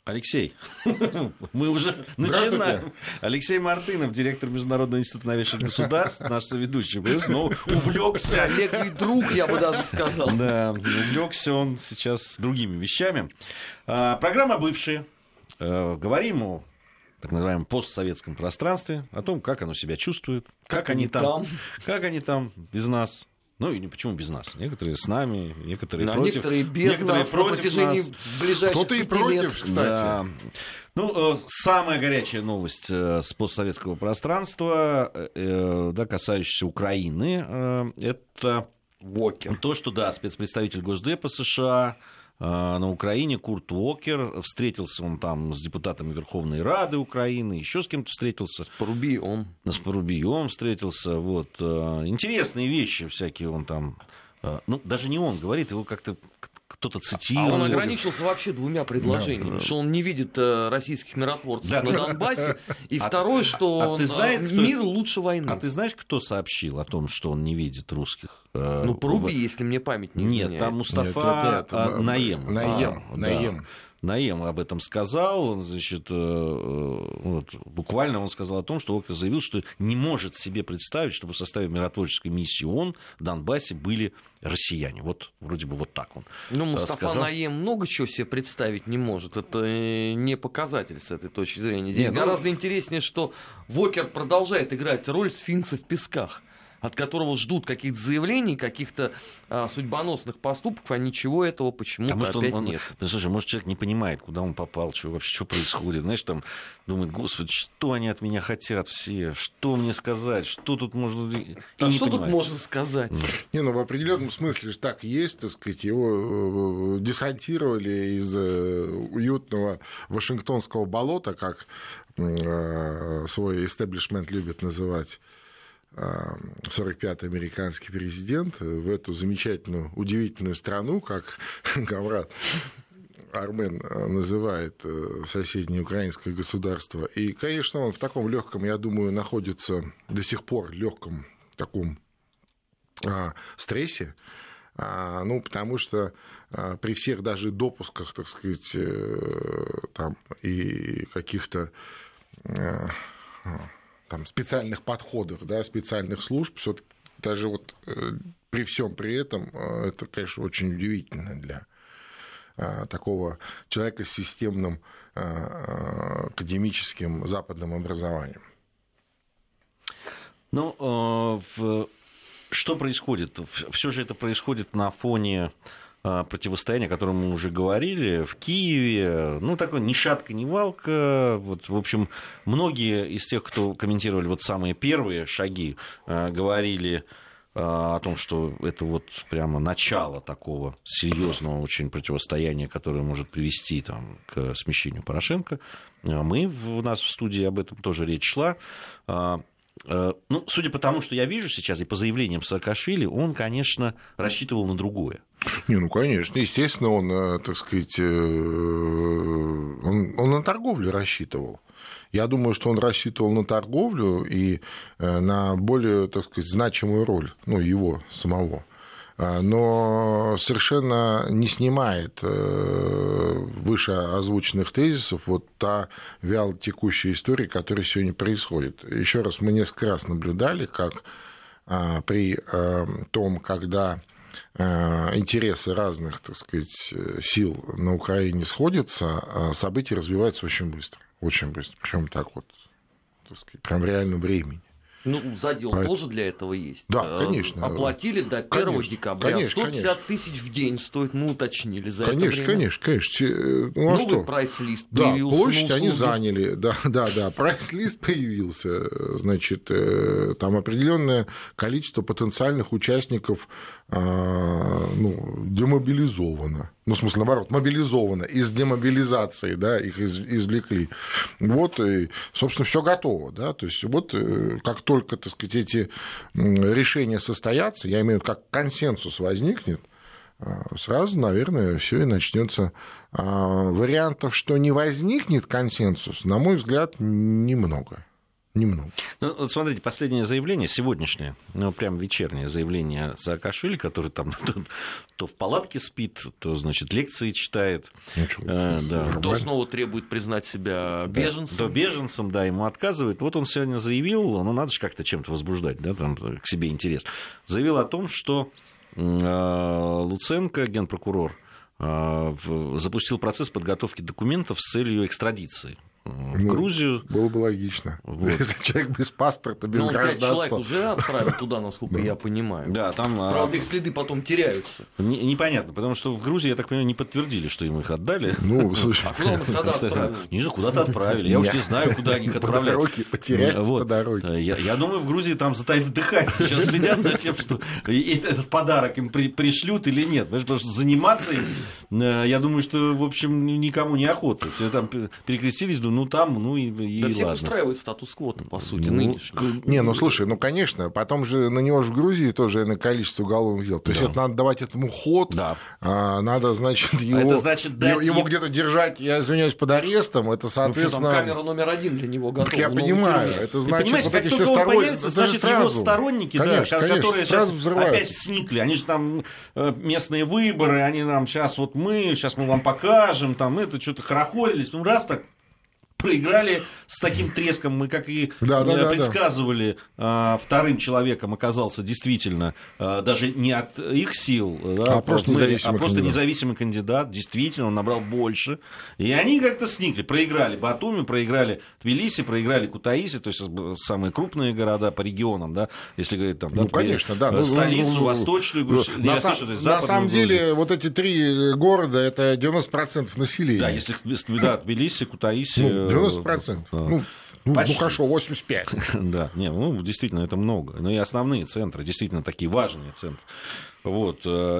Алексей, мы уже начинаем. Алексей Мартынов, директор Международного института новейших государств, наш соведущий, снова увлекся. Олег и друг, я бы даже сказал. Да, увлекся он сейчас другими вещами. Программа «Бывшие». Говорим о так называемом постсоветском пространстве, о том, как оно себя чувствует, как они там без нас. Ну, и почему без нас? Некоторые с нами, некоторые против. Некоторые без нас на протяжении ближайших 5 лет. Кто-то и против, кстати. Да. Ну, самая горячая новость с постсоветского пространства, да, касающаяся Украины, это Уокер. То, что, да, спецпредставитель Госдепа США на Украине Курт Уокер, встретился он там с депутатами Верховной Рады Украины, еще с кем-то встретился. С Парубием встретился. Вот. Интересные вещи всякие он там... Ну, даже не он говорит, его как-то кто-то цитирует. А он ограничился вообще 2 предложениями, что он не видит российских миротворцев на Донбассе, и второе, что мир лучше войны. А ты знаешь, кто сообщил о том, что он не видит русских? Ну, Паруби, если мне память не изменяет. Нет, там Мустафа Наем. Наем об этом сказал, значит, вот, буквально он сказал о том, что Уокер заявил, что не может себе представить, чтобы в составе миротворческой миссии ООН в Донбассе были россияне. Вот вроде бы вот так он Мустафа сказал. Наем много чего себе представить не может. Это не показатель с этой точки зрения. Здесь гораздо интереснее, что Уокер продолжает играть роль сфинкса в песках, от которого ждут каких-то заявлений, каких-то судьбоносных поступков, а ничего этого почему-то опять нет. Слушай, может, человек не понимает, куда он попал, что происходит. Знаешь, там думает, господи, что они от меня хотят все, что мне сказать, что тут можно... Что тут можно сказать? В определенном смысле же так есть, так сказать, его десантировали из уютного Вашингтонского болота, как свой истеблишмент любит называть 45-й американский президент, в эту замечательную, удивительную страну, как Гаврат Армен называет соседнее украинское государство. И, конечно, он в таком легком, я думаю, находится до сих пор легком таком стрессе, потому что при всех даже допусках, так сказать, там, и каких-то там, специальных подходах, да, специальных служб, всё-таки даже вот при всем при этом это, конечно, очень удивительно для такого человека с системным академическим западным образованием. Что происходит? Все же это происходит на фоне противостояние, о котором мы уже говорили, в Киеве, такое ни шатка, ни валка. Вот, в общем, многие из тех, кто комментировали вот самые первые шаги, говорили о том, что это вот прямо начало такого серьезного очень противостояния, которое может привести там, к смещению Порошенко. У нас в студии об этом тоже речь шла. Судя по тому, что я вижу сейчас, и по заявлениям Саакашвили, он, конечно, рассчитывал на другое. Конечно. Естественно, он, так сказать, он на торговлю рассчитывал. Я думаю, что он рассчитывал на торговлю и на более, так сказать, значимую роль, его самого. Но совершенно не снимает выше озвученных тезисов вот та вяло текущая история, которая сегодня происходит. Еще раз, мы несколько раз наблюдали, как при том, когда интересы разных, так сказать, сил на Украине сходятся, события развиваются очень быстро. Очень быстро. Причем так вот, так сказать, прям в реальном времени. Задел тоже для этого есть. Да, конечно. Оплатили до 1 декабря. Конечно, 150 тысяч в день стоит, мы уточнили за конечно, это время. Конечно. Новый прайс-лист появился. Да, площадь они заняли. Да, прайс-лист появился. Значит, там определенное количество потенциальных участников демобилизовано. В смысле, наоборот, мобилизовано. Из демобилизации, да, их извлекли. Вот, и, собственно, все готово, да, то есть, вот, как только, так сказать, эти решения состоятся, я имею в виду, как консенсус возникнет, сразу, наверное, все и начнется. Вариантов, что не возникнет консенсус, на мой взгляд, немного. Немного. Ну, вот смотрите, последнее заявление, сегодняшнее, ну, прям вечернее заявление Саакашвили, который там то в палатке спит, то, значит, лекции читает. То снова требует признать себя беженцем. То беженцем, да, ему отказывают. Вот он сегодня заявил, ну, надо же как-то чем-то возбуждать, да, там, к себе интерес. Заявил о том, что Луценко, генпрокурор, запустил процесс подготовки документов с целью экстрадиции в Грузию. Было бы логично. Вот. Если человек без паспорта, без гражданства. Человек уже отправил туда, насколько я понимаю. Да, там, правда, их следы потом теряются. Непонятно, потому что в Грузии, я так понимаю, не подтвердили, что ему их отдали. Ну, слушай. А куда он их тогда отправил? Не знаю, куда-то отправили. Я уж не знаю, куда они их отправляют. По дороге потерять, по дороге. Я думаю, в Грузии там, затаив дыхание, сейчас следят за тем, что этот подарок им пришлют или нет. Потому что заниматься им, я думаю, что, в общем, никому не охота. Все там перекрестились, ну там, ну и да ладно. всех устраивает статус-кво, по сути, нынешний. Не, ну слушай, ну конечно, потом же на него же в Грузии тоже количество уголовных дел. То есть это надо давать этому ход, надо, значит, его где-то держать, я извиняюсь, под арестом, это, соответственно... Там камера номер 1 для него готова. Я понимаю, это значит, вот эти все сторонники... Значит, его сторонники, которые сейчас опять взрываются. сникли, они же там местные выборы, они нам сейчас мы вам покажем, там это что-то хорохорились, ну раз так проиграли с таким треском, мы, как и предсказывали, вторым человеком оказался действительно даже не от их сил, а просто независимый кандидат, действительно, он набрал больше, и они как-то сникли, проиграли Батуми, проиграли Тбилиси, проиграли Кутаиси, то есть самые крупные города по регионам, да, если говорить там, ну, конечно, да, столицу, восточную Грузию, на самом деле, вот эти 3 города, это 90% населения. Да, если Тбилиси, Кутаиси... 90%. Ну, хорошо, 85%. Да, действительно, это много. Но и основные центры, действительно, такие важные центры. Вот.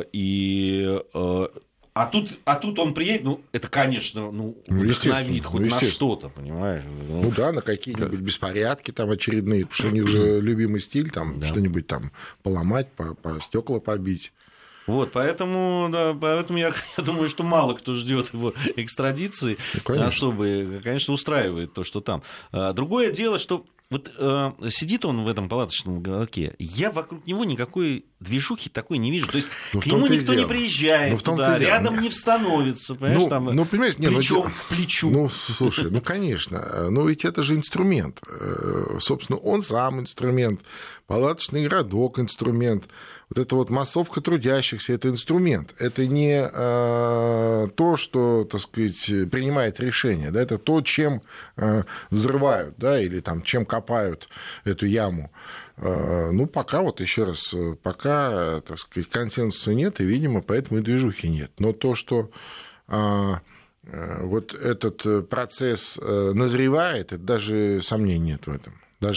А тут он приедет, это, конечно, вдохновит хоть на что-то, понимаешь? Ну да, на какие-нибудь беспорядки там очередные, потому что у них же любимый стиль, там что-нибудь там поломать, по стекла побить. Вот, поэтому я думаю, что мало кто ждет его экстрадиции особой. Конечно, устраивает то, что там. Другое дело, что вот сидит он в этом палаточном городке, я вокруг него никакой движухи такой не вижу. То есть к нему никто не приезжает туда, рядом не становится, понимаешь, там плечом к плечу. Ну, слушай, конечно, но ведь это же инструмент. Собственно, он сам инструмент, палаточный городок инструмент. Вот эта вот массовка трудящихся – это инструмент. Это не то, что, так сказать, принимает решение. Да? Это то, чем взрывают, да, или там, чем копают эту яму. Ну, пока, вот еще раз, пока, так сказать, консенсуса нет, и, видимо, поэтому и движухи нет. Но то, что вот этот процесс назревает, это даже сомнений нет в этом.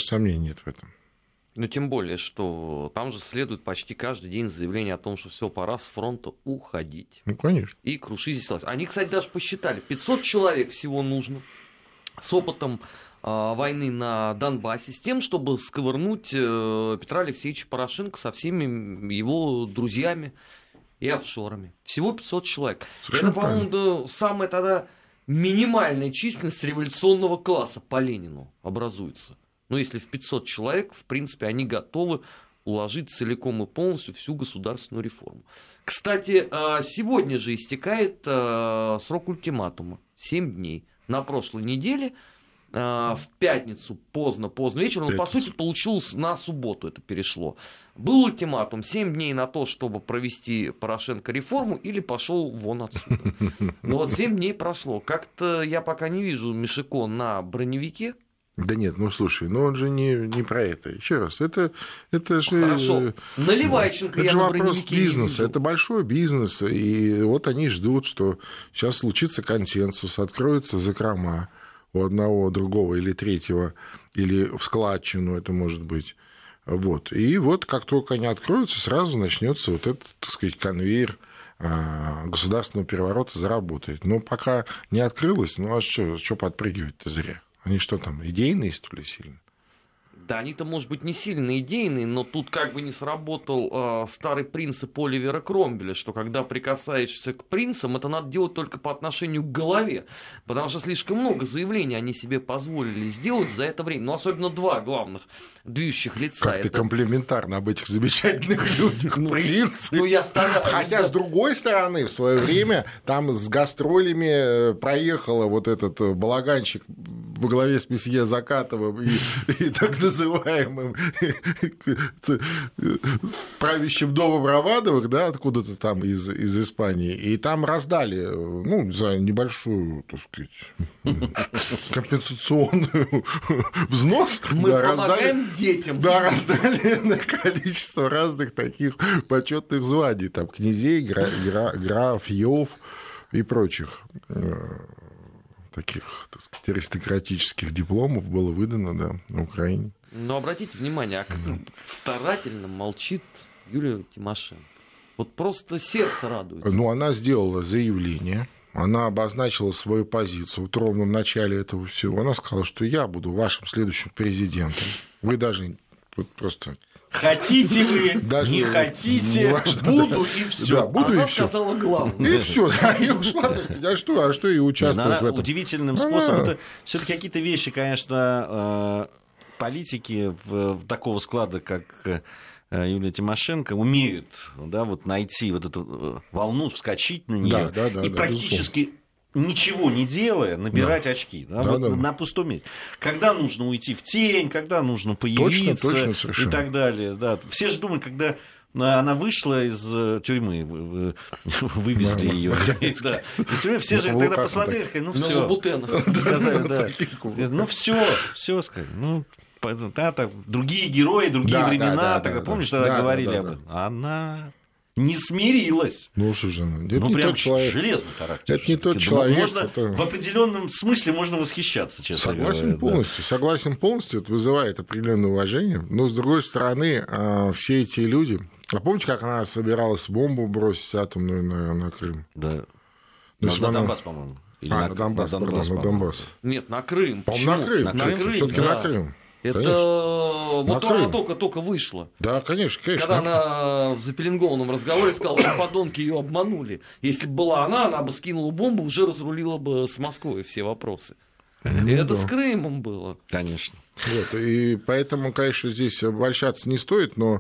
Ну, тем более, что там же следует почти каждый день заявление о том, что все, пора с фронта уходить. Ну, конечно. И крушить здесь власть. Они, кстати, даже посчитали, 500 человек всего нужно с опытом войны на Донбассе, с тем, чтобы сковырнуть Петра Алексеевича Порошенко со всеми его друзьями и офшорами. Всего 500 человек. Совершенно это, по-моему, самая тогда минимальная численность революционного класса по Ленину образуется. Но если в 500 человек, в принципе, они готовы уложить целиком и полностью всю государственную реформу. Кстати, сегодня же истекает срок ультиматума. 7 дней. На прошлой неделе, в пятницу, поздно вечером, но, по сути, получилось на субботу это перешло. Был ультиматум 7 дней на то, чтобы провести Порошенко реформу, или пошел вон отсюда. Но вот 7 дней прошло. Как-то я пока не вижу Мишико на броневике. Да нет, ну слушай, он же не про это. Еще раз, это же... Хорошо, Наливайченко это же вопрос бизнеса, это большой бизнес, и вот они ждут, что сейчас случится консенсус, откроются закрома у одного, другого или третьего, или в складчину это может быть. Вот. И вот как только они откроются, сразу начнется вот этот, так сказать, конвейер государственного переворота заработает. Но пока не открылось, а что подпрыгивать-то зря? Они что там, идейные, что ли, сильно? Да, они-то, может быть, не сильно идейные, но тут как бы не сработал старый принцип Оливера Кромвеля, что когда прикасаешься к принцам, это надо делать только по отношению к голове, потому что слишком много заявлений они себе позволили сделать за это время. Ну, особенно два главных движущих лица. Как ты комплиментарно об этих замечательных людях, принцы. Ну, я стараюсь. Хотя, с другой стороны, в свое время там с гастролями проехала вот этот балаганщик во главе с месье Закатовым и так называемым правящим домом Романовых, да, откуда-то там из Испании, и там раздали, ну, за небольшую, так сказать, компенсационную взнос. Мы помогаем детям. Да, раздали на количество разных таких почетных званий, там, князей, графьев и прочих таких, так сказать, аристократических дипломов было выдано, да, на Украине. Но обратите внимание, как старательно молчит Юлия Тимошенко. Вот просто сердце радуется. Ну, она сделала заявление, она обозначила свою позицию в ровном начале этого всего. Она сказала, что я буду вашим следующим президентом. Вы даже вот просто... Хотите вы, даже не хотите, важно, буду да. И все. Да, буду она и все. Сказала главное. И все, да, и ушла. А что и участвовать в этом? Удивительным способом. Это все-таки какие-то вещи, конечно, политики такого склада, как Юлия Тимошенко, умеют, да, вот найти вот эту волну, вскочить на нее и практически ничего не делая, набирать очки на пустом месте. Когда нужно уйти в тень, когда нужно появиться точно, и так далее. Да. Все же думают, когда она вышла из тюрьмы, вывезли ее. Да. Из тюрьмы, все же тогда посмотрели, сказали, ну все. Сказали, да. Ну все, сказали. Ну, да, так, другие герои, другие времена. Тогда помнишь, тогда говорили об этом? Она не смирилась. Ну что же, это не прям тот человек. Железный характер. Это не тот человек. Можно, в определенном смысле можно восхищаться, честно говоря. Согласен полностью. Это вызывает определенное уважение. Но, с другой стороны, все эти люди... А помните, как она собиралась бомбу бросить атомную на Крым? Да. На Донбасс, по-моему. На Донбасс. Нет, на Крым. По-моему, на Крым. Все-таки на Крым. Это вот она только вышла. Да, конечно. Когда она в запеленгованном разговоре сказала, что подонки ее обманули. Если бы была она бы скинула бомбу, уже разрулила бы с Москвой все вопросы. И это с Крымом было. Конечно. Вот, и поэтому, конечно, здесь обольщаться не стоит, но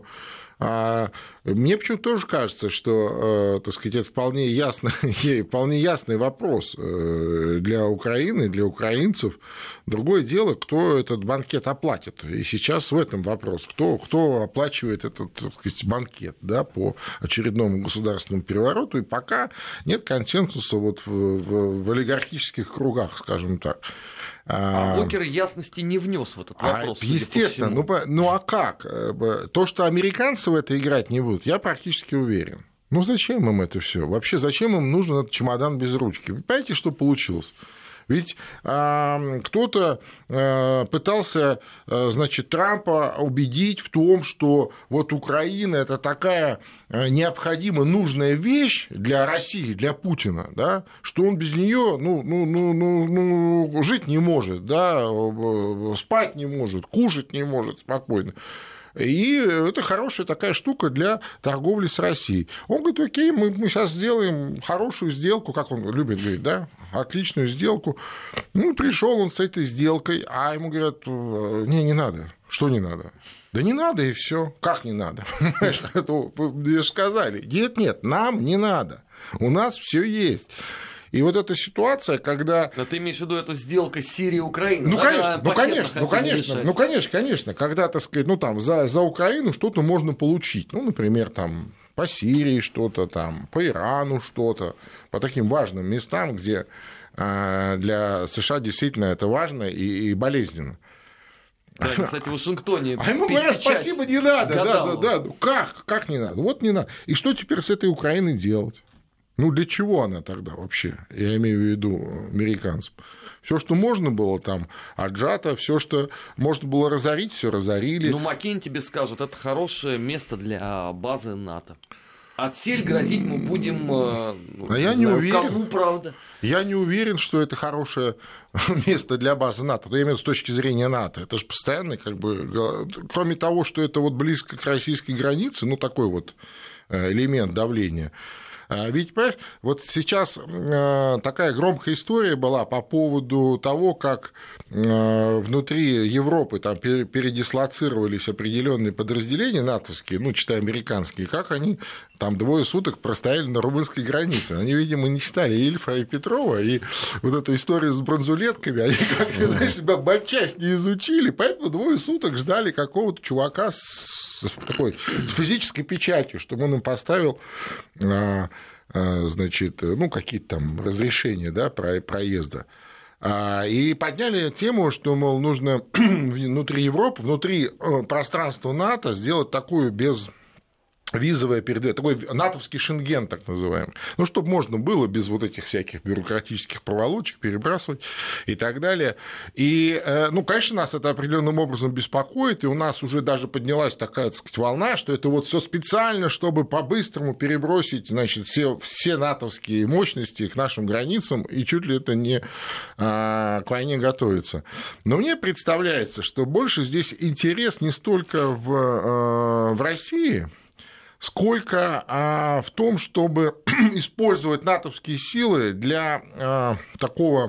мне почему-то тоже кажется, что, так сказать, это вполне ясный вопрос для Украины, для украинцев. Другое дело, кто этот банкет оплатит. И сейчас в этом вопрос. Кто оплачивает этот, так сказать, банкет, да, по очередному государственному перевороту. И пока нет консенсуса вот в олигархических кругах, скажем так. Уокер ясности не внес в этот вопрос. Естественно. Ну а как? То, что американцы в это играть не будут, я практически уверен. Ну зачем им это все? Вообще, зачем им нужен этот чемодан без ручки? Вы понимаете, что получилось? Ведь кто-то пытался, значит, Трампа убедить в том, что вот Украина – это такая необходимо нужная вещь для России, для Путина, да, что он без нее жить не может, да, спать не может, кушать не может спокойно. И это хорошая такая штука для торговли с Россией. Он говорит, окей, мы сейчас сделаем хорошую сделку, как он любит говорить, да, отличную сделку. Ну, пришел он с этой сделкой, а ему говорят, не надо. Что не надо? Да не надо, и все. Как не надо? Понимаешь, мне же сказали, нет, нам не надо. У нас все есть. И вот эта ситуация, когда... Но ты имеешь в виду эту сделку с Сирией и Украиной? Конечно. Когда, так сказать, ну, там, за Украину что-то можно получить. Ну, например, там, по Сирии что-то, там, по Ирану что-то, по таким важным местам, где для США действительно это важно и болезненно. Да, кстати, в Вашингтоне. А ему говорят, спасибо, не надо. Да. Как не надо? Вот не надо. И что теперь с этой Украиной делать? Ну, для чего она тогда вообще? Я имею в виду американцев. Все, что можно было там отжато, все, что можно было разорить, все разорили. Ну, Маккейн тебе скажет, это хорошее место для базы НАТО. Отсель грозить мы будем, я не уверен. Кому правда? Я не уверен, что это хорошее место для базы НАТО. Я имею в виду с точки зрения НАТО. Это же постоянно, кроме того, что это вот близко к российской границе, такой вот элемент давления. Ведь, понимаешь, вот сейчас такая громкая история была по поводу того, как внутри Европы там передислоцировались определенные подразделения натовские, читай американские, как они там 2 суток простояли на румынской границе. Они, видимо, не читали Ильфа и Петрова, и вот эту историю с бронзулетками, они как-то, знаешь, матчасть не изучили, поэтому 2 суток ждали какого-то чувака с такой физической печатью, чтобы он им поставил, значит, какие-то там разрешения, да, проезда. И подняли тему, что, мол, нужно внутри Европы, внутри пространства НАТО сделать такую безвизовое передвижение, такой натовский Шенген, так называемый. Чтобы можно было без вот этих всяких бюрократических проволочек перебрасывать и так далее. И, конечно, нас это определенным образом беспокоит, и у нас уже даже поднялась такая, так сказать, волна, что это вот все специально, чтобы по-быстрому перебросить, значит, все натовские мощности к нашим границам, и чуть ли это не к войне готовится. Но мне представляется, что больше здесь интерес не столько в России, сколько в том, чтобы использовать натовские силы для такого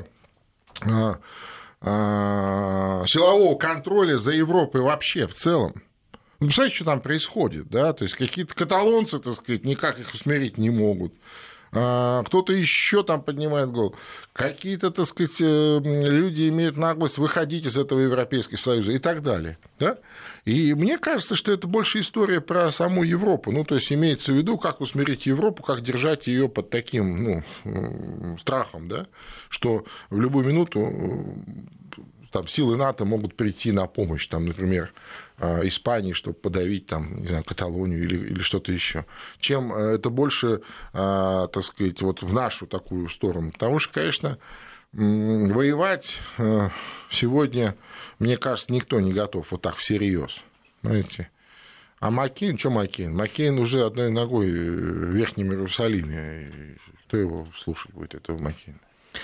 силового контроля за Европой вообще в целом. Представляете, что там происходит, да? То есть какие-то каталонцы, так сказать, никак их усмирить не могут. Кто-то еще там поднимает голову. Какие-то, так сказать, люди имеют наглость выходить из этого Европейского Союза и так далее. Да? И мне кажется, что это больше история про саму Европу. То есть имеется в виду, как усмирить Европу, как держать ее под таким страхом, да? Что в любую минуту там, силы НАТО могут прийти на помощь, там, например, Испании, чтобы подавить там, не знаю, Каталонию или что-то еще. Чем это больше, так сказать, вот в нашу такую сторону. Потому что, конечно, воевать сегодня, мне кажется, никто не готов вот так всерьез. Знаете. А Маккейн, что Маккейн? Маккейн уже одной ногой в Верхнем Иерусалиме. Кто его слушать будет, этого Маккейна?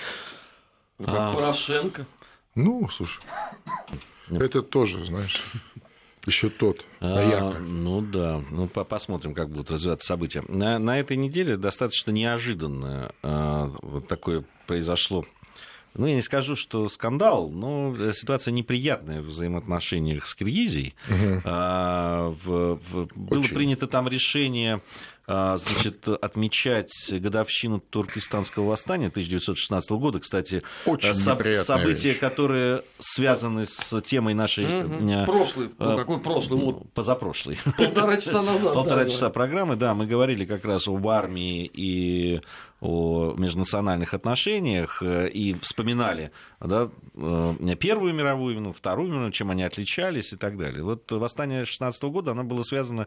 Порошенко. Слушай, это тоже, знаешь, еще тот. Посмотрим, как будут развиваться события. На этой неделе достаточно неожиданно вот такое произошло. Я не скажу, что скандал, но ситуация неприятная в взаимоотношениях с Киргизией. Было принято там решение, значит, отмечать годовщину Туркестанского восстания 1916 года. Кстати, события, которые связаны с темой нашей... Прошлый, какой прошлый? Позапрошлый. 1,5 часа назад. 1,5 часа программы, да, мы говорили как раз об армии и о межнациональных отношениях и вспоминали, да, Первую мировую, Вторую мировую, чем они отличались и так далее. Вот восстание 1916 года, оно было связано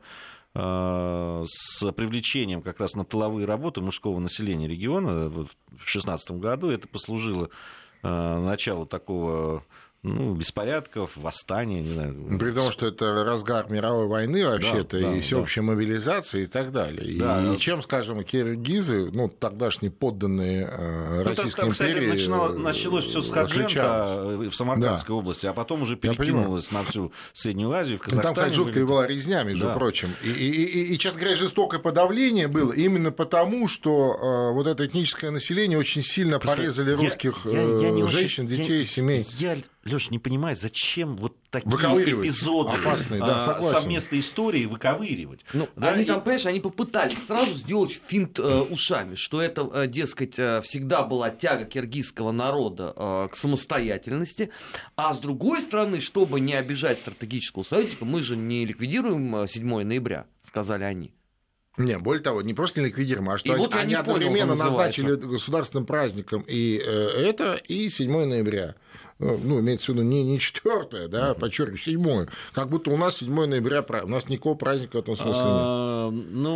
с привлечением как раз на тыловые работы мужского населения региона в 2016 году. Это послужило началу такого беспорядков, восстания, не знаю. При том, что это разгар мировой войны вообще-то, и всеобщая мобилизация и так далее. Да, и чем, скажем, киргизы, тогдашние подданные Российской империи, кстати, началось все с Ходжента в Самаркандской области, а потом уже перекинулось на всю Среднюю Азию, в Казахстане. Там, кстати, жуткая была резня, между прочим. И, честно говоря, жестокое подавление было именно потому, что вот это этническое население очень сильно порезали русских женщин, детей, семей. Лёш, не понимаю, зачем вот такие эпизоды опасные, совместной истории выковыривать. Они там, понимаешь, они попытались сразу сделать финт ушами, что это, дескать, всегда была тяга киргизского народа к самостоятельности, а с другой стороны, чтобы не обижать стратегического союзника, мы же не ликвидируем 7 ноября, сказали они. Не, более того, не просто не ликвидируем, а что они одновременно назначили государственным праздником и это, и 7 ноября. Имеется в виду не 4, да, подчеркиваю, 7. Как будто у нас 7 ноября, у нас никакого праздника в этом смысле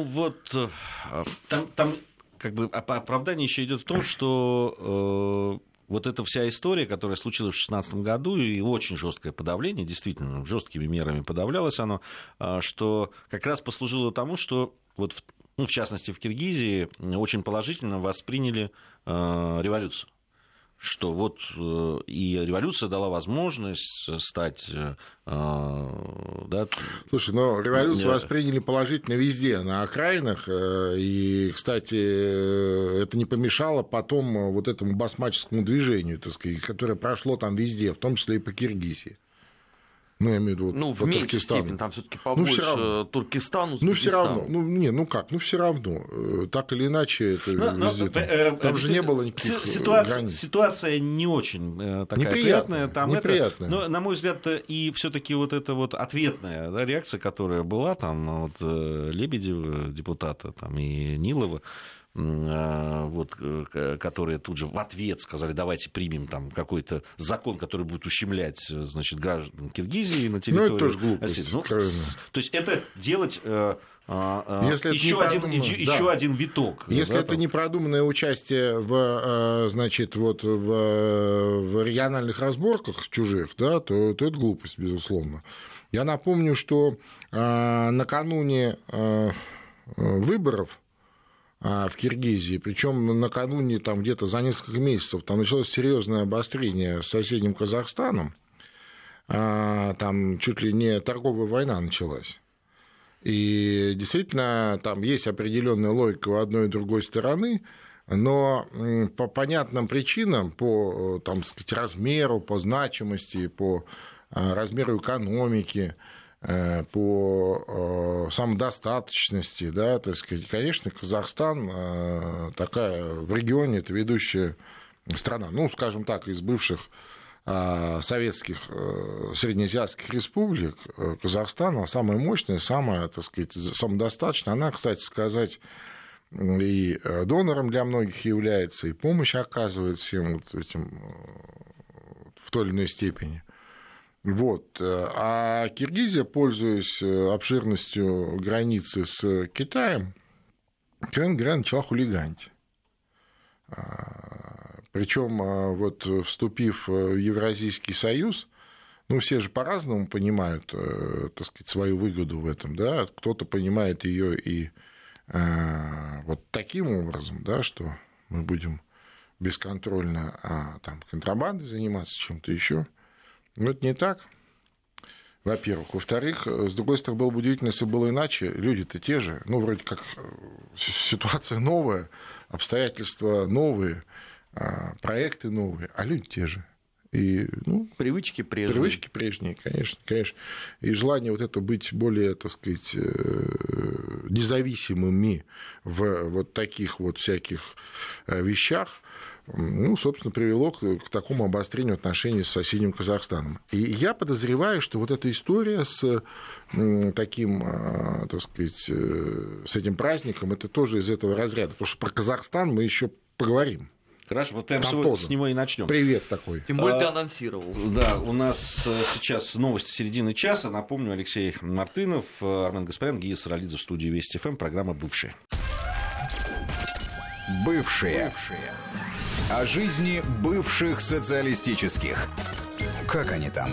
нет. Там как бы оправдание еще идет в том, что вот эта вся история, которая случилась в 2016 году, и очень жесткое подавление, действительно, жесткими мерами подавлялось оно, что как раз послужило тому, что вот в частности в Киргизии, очень положительно восприняли революцию. Что вот и революция дала возможность стать... Да, слушай, но революцию восприняли положительно везде, на окраинах, и, кстати, это не помешало потом вот этому басмаческому движению, так сказать, которое прошло там везде, в том числе и по Киргизии. Ну, я имею в виду, в меньшей степени, там все-таки побольше Туркестан, Узбекистан. Все равно. Так или иначе, это везде. Там же не было никаких границ. Ситуация не очень такая приятная. Там неприятная. Но, на мой взгляд, и все-таки вот эта вот ответная реакция, которая была, там, вот Лебедева, депутата, там, и Нилова, вот, которые тут же в ответ сказали, давайте примем там какой-то закон, который будет ущемлять, значит, граждан Киргизии на территории. Ну, это тоже глупость. То есть это делать еще один виток. Если это непродуманное участие в региональных разборках чужих, да, то это глупость, безусловно. Я напомню, что накануне выборов в Киргизии, причем накануне там, где-то за несколько месяцев там началось серьезное обострение с соседним Казахстаном, там чуть ли не торговая война началась. И действительно, там есть определенная логика у одной и другой стороны, но по понятным причинам, по там, сказать, размеру, по значимости, по размеру экономики, по самодостаточности, да, так сказать, конечно, Казахстан такая в регионе, это ведущая страна, ну, скажем так, из бывших советских среднеазиатских республик Казахстан самая мощная, самая, так сказать, самодостаточная. Она, кстати сказать, и донором для многих является, и помощь оказывает всем вот этим в той или иной степени. Вот. А Киргизия, пользуясь обширностью границы с Китаем, начала хулиганить. Причем, вот, вступив в Евразийский союз, ну, все же по-разному понимают, так сказать, свою выгоду в этом, да, кто-то понимает ее и вот таким образом, да, что мы будем бесконтрольно там, контрабандой заниматься, чем-то еще. Но это не так, во-первых. Во-вторых, с другой стороны, было бы удивительно, если было иначе. Люди-то те же, ну, вроде как ситуация новая, обстоятельства новые, проекты новые, а люди те же. И, ну, привычки прежние. Привычки прежние, конечно. И желание вот это быть более, так сказать, независимыми в вот таких вот всяких вещах, ну, собственно, привело к такому обострению отношений с соседним Казахстаном. И я подозреваю, что вот эта история с таким, так сказать, с этим праздником, это тоже из этого разряда. Потому что про Казахстан мы еще поговорим. Хорошо, вот прямо сегодня с него и начнем. Привет такой. Тем более ты анонсировал. Да, у нас сейчас новости середины часа. Напомню, Алексей Мартынов, Армен Гаспарян, Гия Саралидзе в студии Вести ФМ. Программа «Бывшие». Бывшие. О жизни бывших социалистических. Как они там?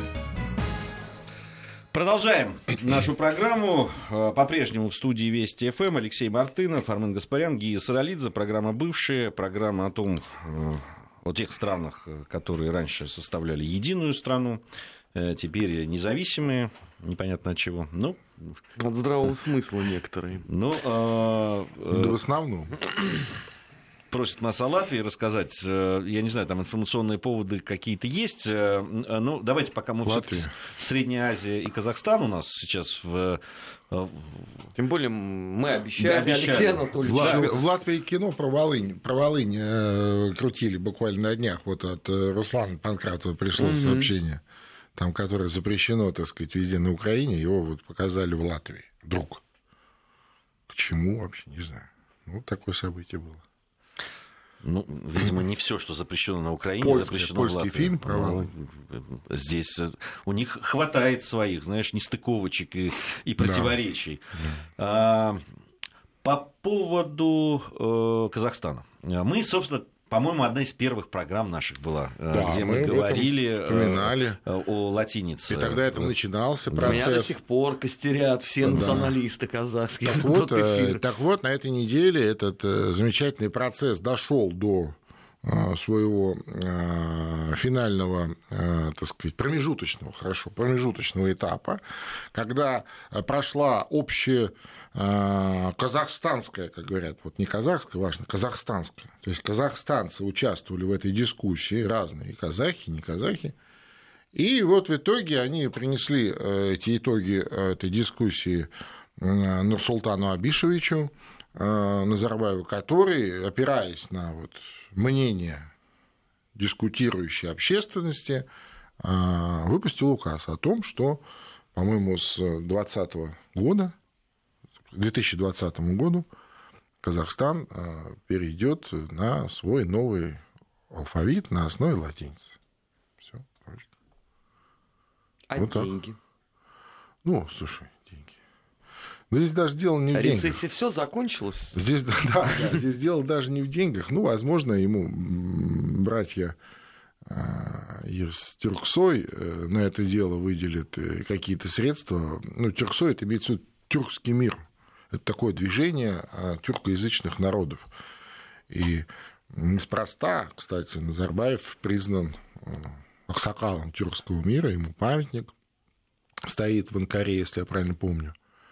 Продолжаем нашу программу. По-прежнему в студии Вести ФМ Алексей Мартынов, Армен Гаспарян, Гия Саралидзе. Программа «Бывшие». Программа о том, о тех странах, которые раньше составляли единую страну, теперь независимые, непонятно от чего. Ну, от здравого смысла некоторые. Ну, да в основном. Просят нас о Латвии рассказать. Я не знаю, там информационные поводы какие-то есть. Ну, давайте, пока мы все-таки Средняя Азия и Казахстан у нас сейчас в... Тем более мы обещали. Алексей Анатольевич. В Латвии кино про Волынь крутили буквально на днях. Вот от Руслана Панкратова пришло сообщение, там, которое запрещено, так сказать, везде на Украине. Его вот показали в Латвии. Вдруг. К чему вообще, не знаю. Вот такое событие было. Ну, видимо, не все, что запрещено на Украине, запрещено в Латвии. Польский фильм про Волынь. Здесь у них хватает своих, знаешь, нестыковочек и противоречий. Да. По поводу Казахстана. Мы, собственно, По-моему, одна из первых программ наших была, да, где мы говорили о латинице. И тогда это начинался процесс. Меня до сих пор костерят все националисты казахские. Так вот, на этой неделе этот замечательный процесс дошел до своего финального, так сказать, промежуточного этапа, когда прошла общая казахстанская, как говорят, вот не казахская, важно, казахстанская. То есть казахстанцы участвовали в этой дискуссии, разные, и казахи, и не казахи. И вот в итоге они принесли эти итоги этой дискуссии Нурсултану Абишевичу Назарбаеву, который, опираясь на вот мнение дискутирующей общественности, выпустил указ о том, что, по-моему, с 2020 году Казахстан перейдет на свой новый алфавит на основе латиницы. Все. А вот деньги? Так. Ну, слушай, деньги. Но здесь даже дело не в деньгах. Рецессия все закончилось? Здесь, да, здесь дело даже не в деньгах. Ну, возможно, ему братья из Тюрксой на это дело выделят какие-то средства. Ну, Тюрксой — это имеется в виду тюркский мир. Это такое движение тюркоязычных народов. И неспроста, кстати, Назарбаев признан аксакалом тюркского мира, ему памятник стоит в Анкаре, если я правильно помню.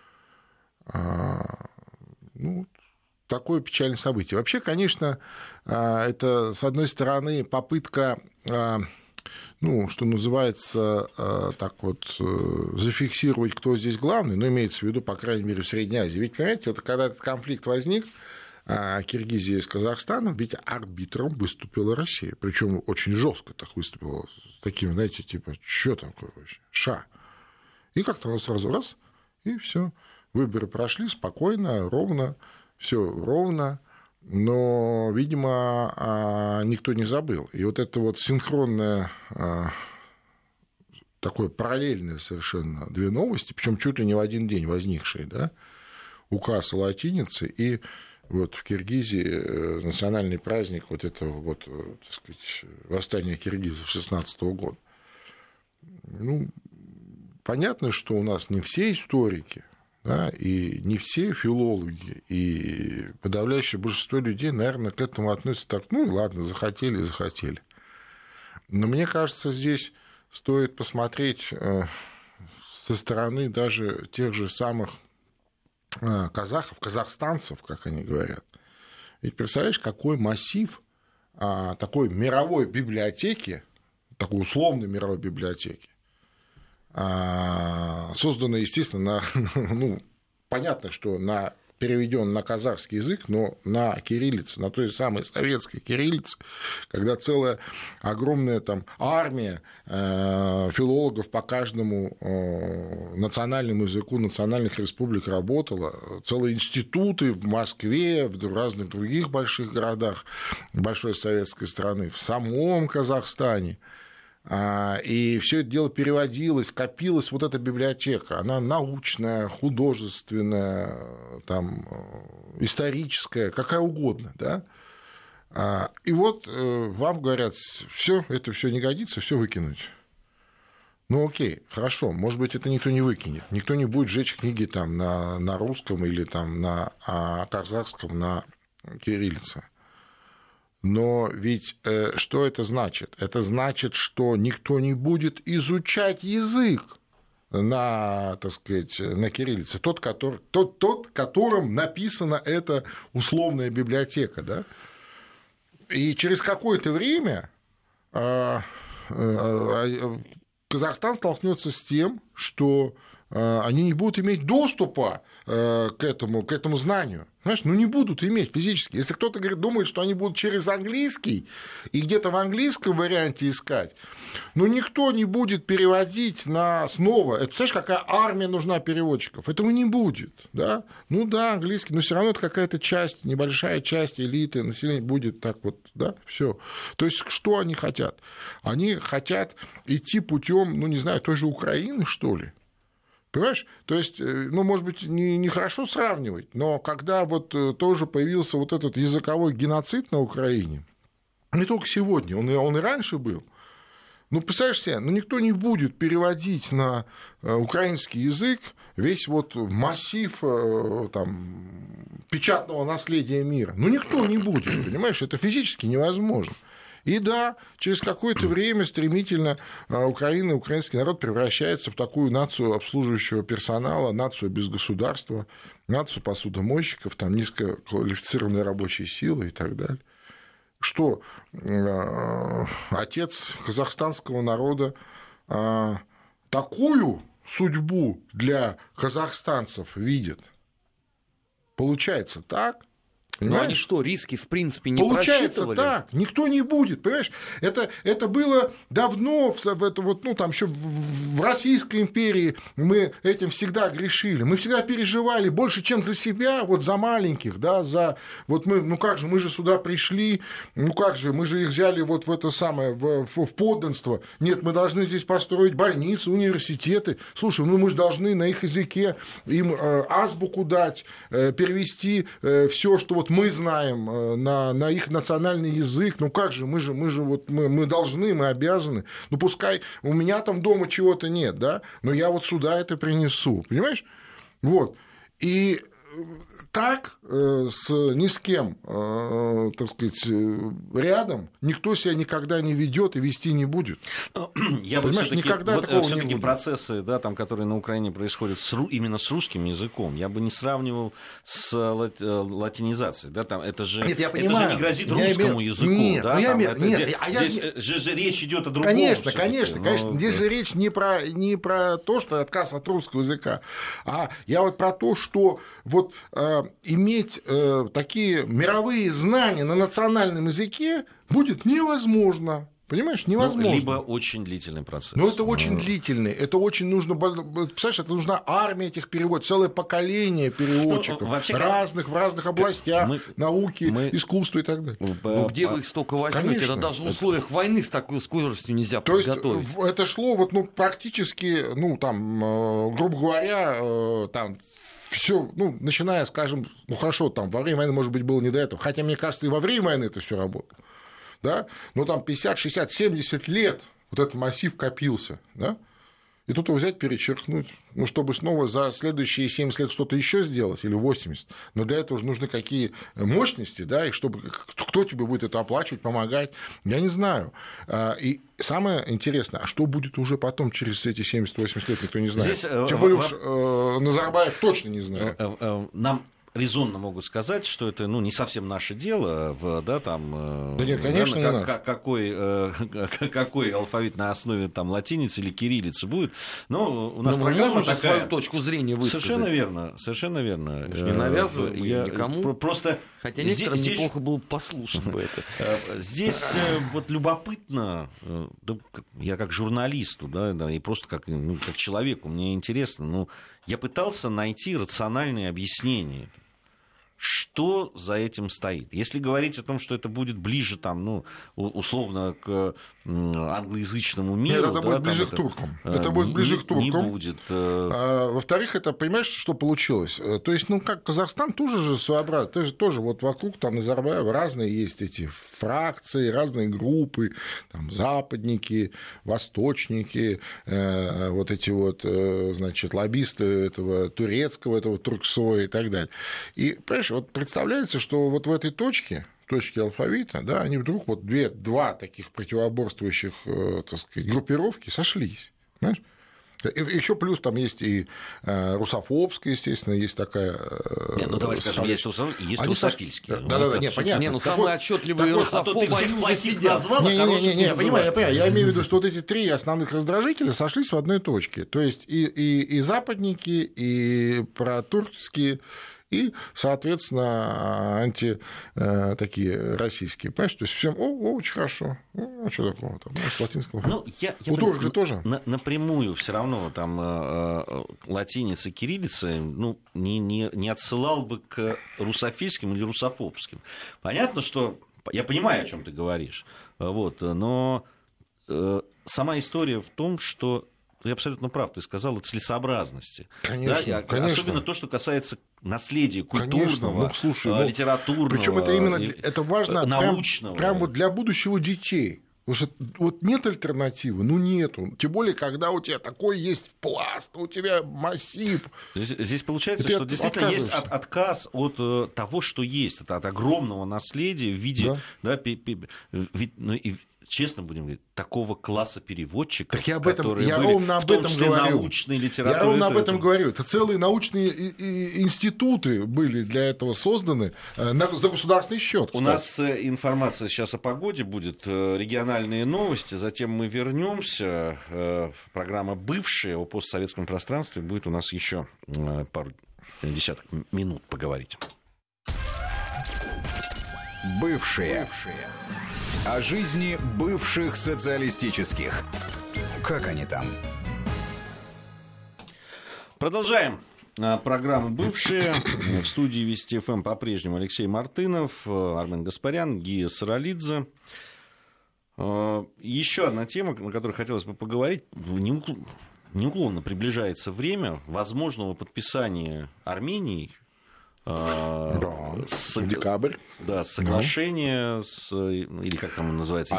Ну, такое печальное событие. Вообще, конечно, это, с одной стороны, попытка, ну, что называется, так вот, зафиксировать, кто здесь главный, но имеется в виду, по крайней мере, в Средней Азии. Ведь, понимаете, вот когда этот конфликт возник, Киргизия с Казахстаном, ведь арбитром выступила Россия. Причем очень жестко так выступила, с таким, знаете, типа, что такое вообще? Ша. И как-то сразу раз, и все. Выборы прошли спокойно, ровно, все ровно, но, видимо, никто не забыл. И вот это вот синхронное, такое параллельное совершенно две новости, причем чуть ли не в один день возникшие, да, указ о латинице и вот в Киргизии национальный праздник вот этого вот, так сказать, восстания киргизов 16 года. Ну, понятно, что у нас не все историки, да, и не все филологи, и подавляющее большинство людей, наверное, к этому относятся так, ну, ладно, захотели. Но мне кажется, здесь стоит посмотреть со стороны даже тех же самых казахов, казахстанцев, как они говорят. Ведь представляешь, какой массив такой мировой библиотеки, такой условной мировой библиотеки, созданной, естественно, ну, понятно, что переведен на казахский язык, но на кириллице, на той самой советской кириллице, когда целая огромная там армия филологов по каждому национальному языку национальных республик работала, целые институты в Москве, в разных других больших городах большой советской страны, в самом Казахстане. И все это дело переводилось, копилась вот эта библиотека. Она научная, художественная, там, историческая, какая угодно. Да? И вот вам говорят, это все не годится, все выкинуть. Ну окей, хорошо, может быть, это никто не выкинет. Никто не будет сжечь книги там, на русском или там, на казахском, на кириллице. Но ведь что это значит? Это значит, что никто не будет изучать язык на, так сказать, на кириллице, тот, которым написана эта условная библиотека. Да? И через какое-то время Казахстан столкнется с тем, что они не будут иметь доступа к этому знанию. Знаешь, не будут иметь физически. Если кто-то думает, что они будут через английский и где-то в английском варианте искать, никто не будет переводить снова. Это, представляешь, какая армия нужна переводчиков? Этого не будет. Да? Английский, но все равно это какая-то часть, небольшая часть элиты населения будет так вот, да, все. То есть, что они хотят? Они хотят идти путем, не знаю, той же Украины, что ли? Понимаешь? То есть, может быть, нехорошо сравнивать, но когда вот тоже появился вот этот языковой геноцид на Украине, Не только сегодня, он и раньше был. Ну, представляешь себе, никто не будет переводить на украинский язык весь вот массив там, печатного наследия мира. Никто не будет, понимаешь, это физически невозможно. И да, через какое-то время стремительно Украина и украинский народ превращается в такую нацию обслуживающего персонала, нацию без государства, нацию посудомойщиков, там низкоквалифицированной рабочей силы и так далее. Что отец казахстанского народа такую судьбу для казахстанцев видит? Получается так? Ну, они что, риски в принципе не Получается просчитывали? так, никто не будет, понимаешь? Это было давно, там еще в Российской империи мы этим всегда грешили, мы всегда переживали больше, чем за себя, вот за маленьких, да, мы же сюда пришли, мы же их взяли вот в это самое, в подданство, нет, мы должны здесь построить больницы, университеты, слушай, мы же должны на их языке им азбуку дать, перевести все, что вот мы знаем на их национальный язык, мы должны, мы обязаны, пускай у меня там дома чего-то нет, да, но я вот сюда это принесу, понимаешь? Вот, и так ни с кем, так сказать, рядом никто себя никогда не ведет и вести не будет. Я бы никогда такого не все-таки будет. Процессы, да, там, которые на Украине происходят именно с русским языком, я бы не сравнивал с латинизацией. Да, там, это же не грозит русскому языку. Здесь же речь идет о другом. Конечно. Здесь же речь не про то, что отказ от русского языка, а я вот про то, что вот иметь такие мировые знания на национальном языке будет невозможно. Понимаешь, невозможно. Либо очень длительный процесс. Это очень длительный. Это очень нужно. Представляешь, это нужна армия этих переводов, целое поколение переводчиков в разных областях науки, искусства и так далее. Где вы их столько возьмете? Это даже в условиях войны с такой скоростью нельзя подготовить. То есть это шло практически, грубо говоря, там. Все, начиная, скажем, хорошо, там во время войны, может быть, было не до этого. Хотя, мне кажется, и во время войны это все работало. Да? Но там 50, 60, 70 лет вот этот массив копился. Да? И тут его взять, перечеркнуть, чтобы снова за следующие 70 лет что-то еще сделать, или 80. Но для этого же нужны какие мощности, да, и чтобы кто тебе будет это оплачивать, помогать, я не знаю. И самое интересное, а что будет уже потом, через эти 70-80 лет, никто не знает. Здесь, тем более уж Назарбаев точно не знает. Нам резонно могут сказать, что это не совсем наше дело, да нет, конечно, не наше. Какой алфавит на основе латиницы или кириллицы будет. Но у нас программа такая. Свою точку зрения высказать. Совершенно верно. Не навязываем никому. Просто хотя некоторым неплохо было послушать бы это. Здесь вот любопытно, я как журналисту, и просто как человеку, мне интересно, я пытался найти рациональные объяснения. Что за этим стоит? Если говорить о том, что это будет ближе, условно, к англоязычному миру... Нет, это будет ближе к туркам. Это будет ближе к туркам. Не будет. Во-вторых, это, понимаешь, что получилось? То есть, как Казахстан тоже же своеобразный. Тоже вот вокруг Назарбаева разные есть эти фракции, разные группы, западники, восточники, вот эти значит, лоббисты этого турецкого, этого Турксоя и так далее. И, понимаешь, вот представляется, что вот в этой точке алфавита, да, они вдруг два таких противоборствующих, так сказать, группировки сошлись, знаешь? Еще плюс там есть и русофобская, естественно, есть такая... давай скажем, есть русофильские. Да, нет, понятно. Самые отчетливые русофобы, они уже сидят. Я понимаю. Я имею в виду, что вот эти три основных раздражителя сошлись в одной точке. То есть и западники, и протуркские, и, соответственно, такие российские. Понимаешь, то есть всем, очень хорошо. А что такого там? Латинского. У турок же тоже. Напрямую все равно латиница, кириллица не отсылал бы к русофильским или русофобским. Понятно, что... Я понимаю, о чем ты говоришь. Но сама история в том, что ты абсолютно прав, ты сказал, о целесообразности. Конечно, конечно. Особенно то, что касается наследия культурного, литературного, причем это именно это важно научного. Прям вот для будущего детей. Потому что вот нет альтернативы, нету. Тем более, когда у тебя такой есть пласт, у тебя массив. Здесь получается, что действительно есть отказ от того, что есть, от огромного наследия в виде... Да. Честно будем говорить, такого класса переводчиков, так я которые я были, ровно об этом говорю. Научной литературы. Я ровно об этом говорю. Это целые научные институты были для этого созданы за государственный счет. У нас информация сейчас о погоде будет, региональные новости, затем мы вернемся. Программа «Бывшая» о постсоветском пространстве будет у нас еще пару десяток минут поговорить. Бывшие. О жизни бывших социалистических. Как они там? Продолжаем программу «Бывшие». В студии Вести ФМ по-прежнему Алексей Мартынов, Армен Гаспарян, Гия Саралидзе. Еще одна тема, на которой хотелось бы поговорить. Неуклонно приближается время возможного подписания Арменией декабрь. Да, соглашение или как там называется,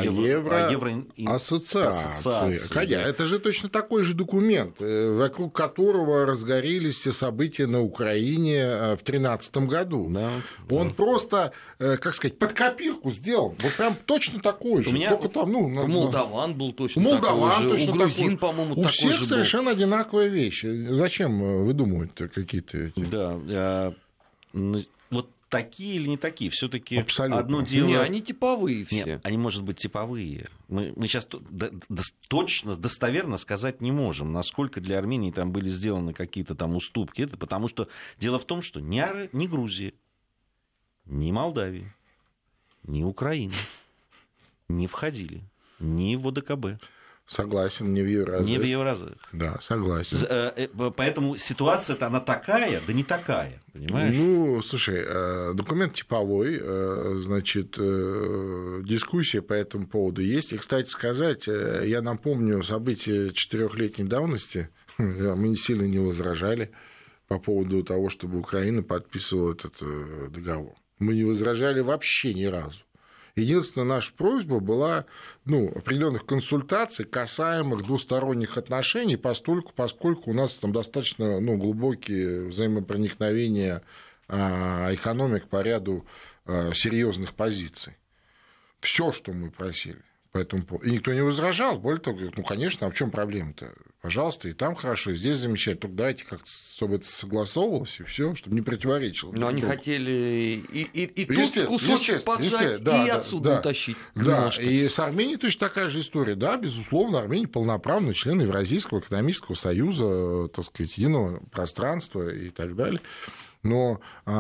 Евроассоциации. Это же точно такой же документ, вокруг которого разгорелись все события на Украине в 2013 году. Да, он просто, как сказать, под копирку сделан. Вот прям точно такой же. Только там, Молдаван был точно такой же. У грузин, по-моему, такой же был. У всех совершенно одинаковые вещи. Зачем выдумывать какие-то... Да, вот такие или не такие, все-таки одно дело... Не, они типовые все. Нет, они, может быть, типовые. Мы сейчас точно, достоверно сказать не можем, насколько для Армении там были сделаны какие-то там уступки. Это потому что дело в том, что ни Грузия, ни Молдавия, ни Украина не входили ни в ОДКБ. Согласен, не в Евразии. Не в Евразии. Да, согласен. Поэтому ситуация-то она такая, да не такая, понимаешь? Ну, слушай, документ типовой, значит, дискуссия по этому поводу есть. И, кстати сказать, я напомню события 4-летней давности, мы не сильно не возражали по поводу того, чтобы Украина подписывала этот договор. Мы не возражали вообще ни разу. Единственная наша просьба была определенных консультаций, касаемых двусторонних отношений, поскольку у нас там достаточно глубокие взаимопроникновения экономик по ряду серьезных позиций. Все, что мы просили. Поэтому... И никто не возражал. Более того, говорит, конечно, а в чем проблема-то? Пожалуйста, и там хорошо, и здесь замечательно. Только давайте как-то, чтобы это согласовывалось, и все, чтобы не противоречило. Но они хотели и тут кусочек поджать, и отсюда утащить. Да, и с Арменией точно такая же история. Да, безусловно, Армения полноправный член Евразийского экономического союза, так сказать, единого пространства и так далее. Но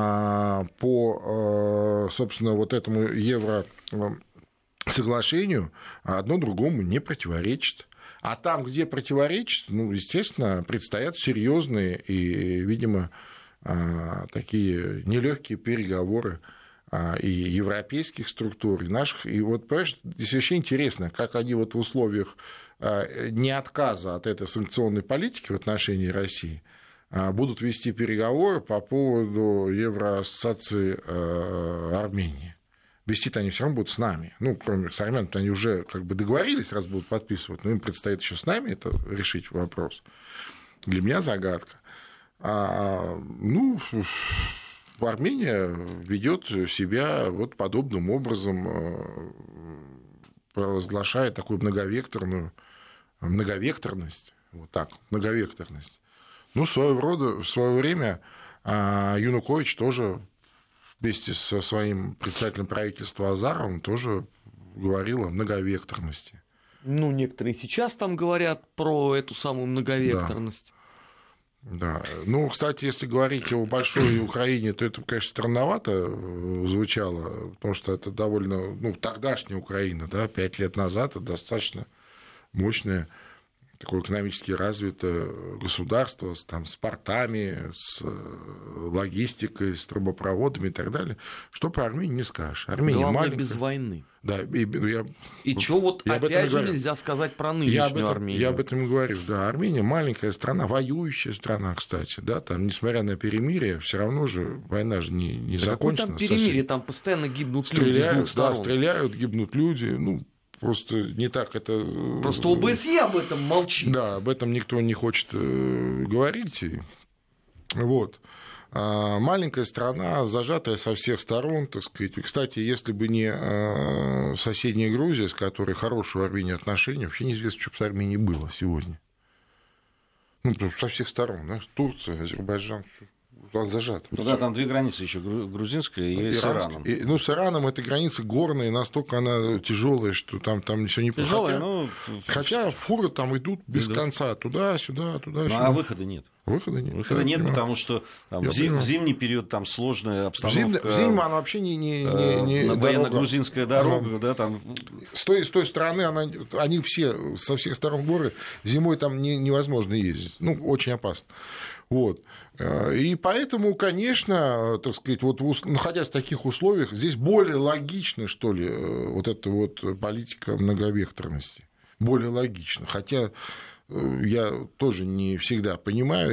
по, собственно, вот этому соглашению одно другому не противоречит. А там, где противоречит, естественно, предстоят серьезные и, видимо, такие нелегкие переговоры и европейских структур, и наших. И вот, понимаешь, здесь вообще интересно, как они вот в условиях не отказа от этой санкционной политики в отношении России будут вести переговоры по поводу Евроассоциации Армении. Вести-то они все равно будут с нами. Кроме с армян, они уже как бы договорились, раз будут подписывать, но им предстоит еще с нами это решить вопрос. Для меня загадка. Армения ведет себя вот подобным образом, провозглашая такую многовекторность. Вот так, многовекторность. В свое время Янукович тоже вместе со своим председателем правительства Азаровым тоже говорил о многовекторности. Некоторые сейчас там говорят про эту самую многовекторность. Да. Кстати, если говорить о большой Украине, то это, конечно, странновато звучало, потому что это довольно, тогдашняя Украина, да, 5 лет назад, это достаточно мощная такое экономически развитое государство с портами, с логистикой, с трубопроводами и так далее. Что про Армению не скажешь. Армения главное, маленькая. без войны. Да, и что вот опять же нельзя сказать про нынешнюю Армению? Я об этом и говорю. Да, Армения маленькая страна, воюющая страна, кстати. Да, там, несмотря на перемирие, все равно же война же не закончена. Какое там перемирие? Там постоянно гибнут люди с двух сторон. Да, стреляют, гибнут люди. Просто не так это... Просто ОБСЕ об этом молчит. Да, об этом никто не хочет говорить. Вот. Маленькая страна, зажатая со всех сторон, так сказать. Кстати, если бы не соседняя Грузия, с которой хорошие у Армении отношения, вообще неизвестно, что бы с Арменией было сегодня. Потому что со всех сторон, знаешь, Турция, Азербайджан, все. Зажат. Да, там две границы еще, грузинская и с Ираном. С Ираном эта граница горная, настолько она тяжелая, что там все не тяжелая, хотя фуры там идут без конца, туда-сюда, туда-сюда. А выхода нет. Выхода нет. Выхода нет, потому что в зимний период там сложная обстановка. В зиму она вообще не военно-грузинская дорога. Да, там... с той стороны они все, со всех сторон горы, зимой там невозможно ездить. Очень опасно. Вот. И поэтому, конечно, так сказать, вот находясь в таких условиях, здесь более логично, что ли, вот эта вот политика многовекторности. Более логично. Хотя я тоже не всегда понимаю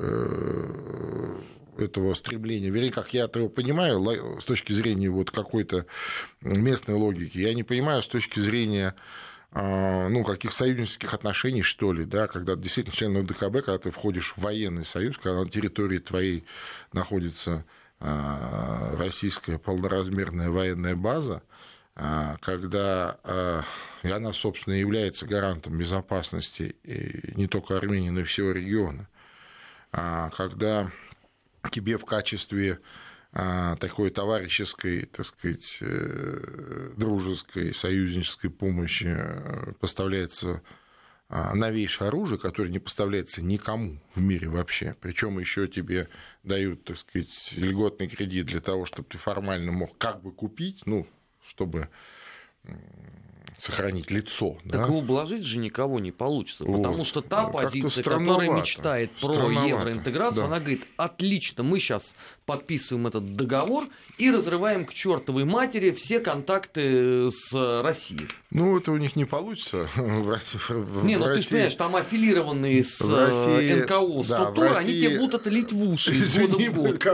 этого стремления. Вернее, как я этого понимаю, с точки зрения вот какой-то местной логики, я не понимаю с точки зрения каких союзнических отношений, что ли, да, когда действительно член ОДКБ, когда ты входишь в военный союз, когда на территории твоей находится российская полноразмерная военная база, когда и она, собственно, является гарантом безопасности не только Армении, но и всего региона, когда тебе в качестве такой товарищеской, так сказать, дружеской, союзнической помощи поставляется новейшее оружие, которое не поставляется никому в мире вообще. Причем еще тебе дают, так сказать, льготный кредит для того, чтобы ты формально мог как бы купить, чтобы сохранить лицо. Так ублажить же никого не получится, потому что та позиция, которая мечтает про евроинтеграцию, она говорит: отлично, мы сейчас подписываем этот договор и разрываем к чертовой матери все контакты с Россией. Это у них не получится. Ты же понимаешь, там аффилированные с НКО структуры, они тебе будут это лить в уши из года в год.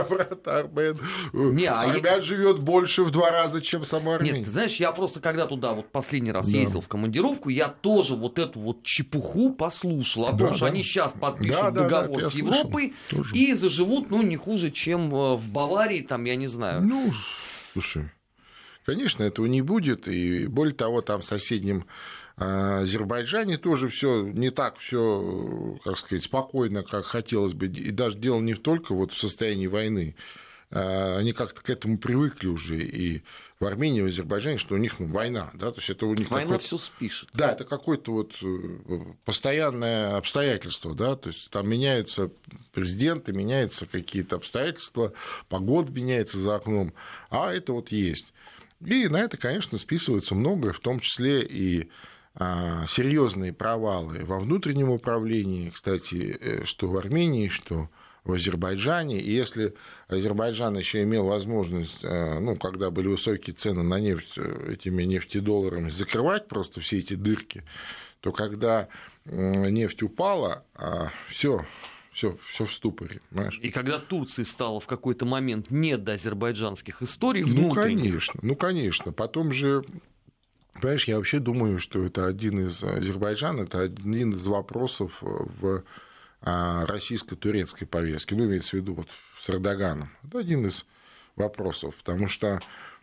Армян живет больше в 2 раза, чем сама Армения. Нет, ты знаешь, я просто когда туда последний раз ездил в командировку, я тоже вот эту вот чепуху послушал о том, что они сейчас подпишут договор с Европой и заживут, не хуже, чем в Баварии, там, я не знаю. Слушай, конечно, этого не будет, и более того, там в соседнем Азербайджане тоже все не так все, как сказать, спокойно, как хотелось бы, и даже дело не только в состоянии войны. Они как-то к этому привыкли уже, и в Армении, и в Азербайджане, что у них война, да, то есть это у них война все спишет. Да, это какое-то постоянное обстоятельство, да, то есть там меняются президенты, меняются какие-то обстоятельства, погода меняется за окном, а это есть. И на это, конечно, списывается многое, в том числе и серьезные провалы во внутреннем управлении, кстати, что в Армении, что в Азербайджане. И если Азербайджан еще имел возможность, когда были высокие цены на нефть, этими нефтедолларами закрывать просто все эти дырки, то когда нефть упала, все в ступоре, понимаешь? И когда Турции стало в какой-то момент не до азербайджанских историй внутренних. Конечно. Потом же, понимаешь, я вообще думаю, что это один из вопросов в российско-турецкой повестки, имеется в виду с Эрдоганом. Это один из вопросов, потому что,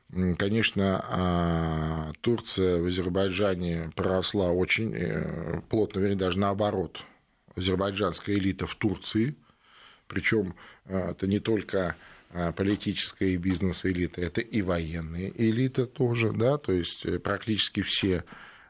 конечно, Турция в Азербайджане проросла очень плотно, вернее, даже наоборот, азербайджанская элита в Турции, причем это не только политическая и бизнес-элита, это и военная элита тоже, да, то есть практически все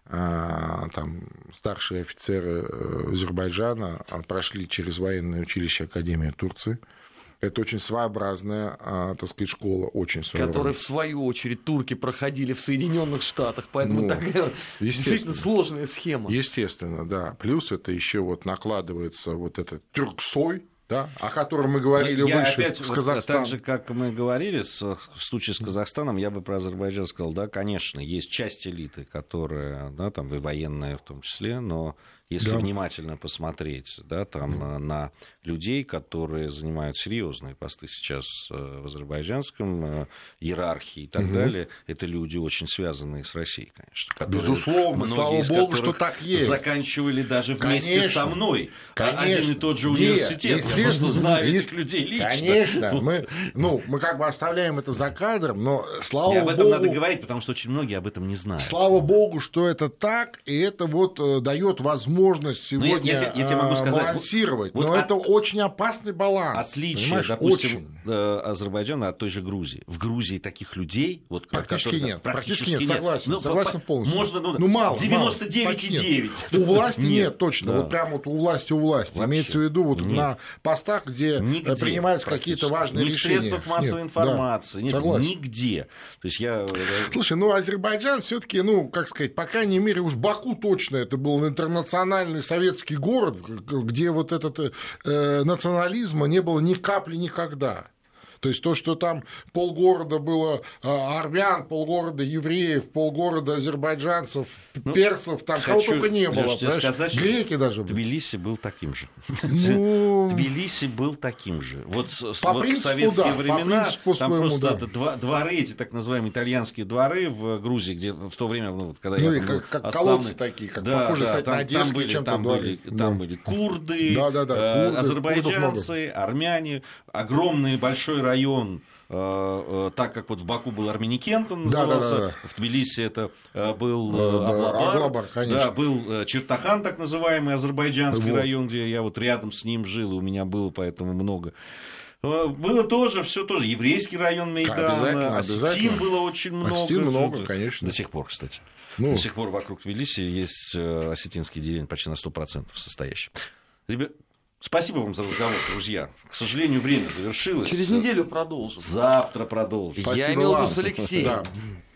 старшие офицеры Азербайджана прошли через военное училище Академию Турции. Это очень своеобразная, так сказать, школа, очень своеобразная. Которые, в свою очередь, турки проходили в Соединенных Штатах, поэтому такая действительно сложная схема. Естественно, да. Плюс это еще вот накладывается вот этот тюрксой, да, о котором мы говорили выше, опять, с Казахстаном. Так же, как мы говорили в случае с Казахстаном, я бы про Азербайджан сказал, да, конечно, есть часть элиты, которая, да, там и военная в том числе, но если внимательно посмотреть, да, там, на людей, которые занимают серьезные посты сейчас в азербайджанском иерархии и так далее, это люди, очень связанные с Россией, конечно. Безусловно, слава богу, что так есть. Заканчивали даже вместе со мной один и тот же университет. Естественно, я просто знаю этих людей лично. Конечно, мы как бы оставляем это за кадром, но слава богу... Об этом надо говорить, потому что очень многие об этом не знают. Слава богу, что это так, и это вот дает возможность сегодня я тебе могу сказать, балансировать. Но это очень опасный баланс. Отличие, допустим, Азербайджана от той же Грузии. В Грузии таких людей... Вот, практически нет. Практически нет, согласен. Согласен полностью. Можно, мало. 99,9. У власти нет, точно. Да. Вот прямо вот у власти. Вообще. Имеется в виду вот на постах, где принимаются какие-то важные решения. Ни в средствах массовой информации. Нет, нигде. То есть Слушай, Азербайджан все-таки, как сказать, по крайней мере, уж Баку точно это был интернациональный советский город, где вот этот национализма не было ни капли никогда. То есть то, что там полгорода было армян, полгорода евреев, полгорода азербайджанцев, персов, там кого только не было. Сказать, греки даже были. Тбилиси был таким же. Тбилиси был таким же. Вот в советские времена там просто дворы, эти так называемые итальянские дворы в Грузии, где в то время, когда я был как колодцы такие, как похожие, кстати, на одесские чем-то дворы. Там были курды, азербайджанцы, армяне, огромный большой район, так как вот в Баку был Арменикент, он назывался, в Тбилиси это был Аблабар, был Чертахан, так называемый азербайджанский район, где я вот рядом с ним жил, и у меня было поэтому много. Было тоже, все тоже, еврейский район Мейдана, Осетин было очень много. Осетин много, конечно. До сих пор, кстати. До сих пор вокруг Тбилиси есть осетинские деревни почти на 100% состоящие. Спасибо вам за разговор, друзья. К сожалению, время завершилось. Через неделю продолжим. Завтра продолжим. Я имел в виду с Алексеем.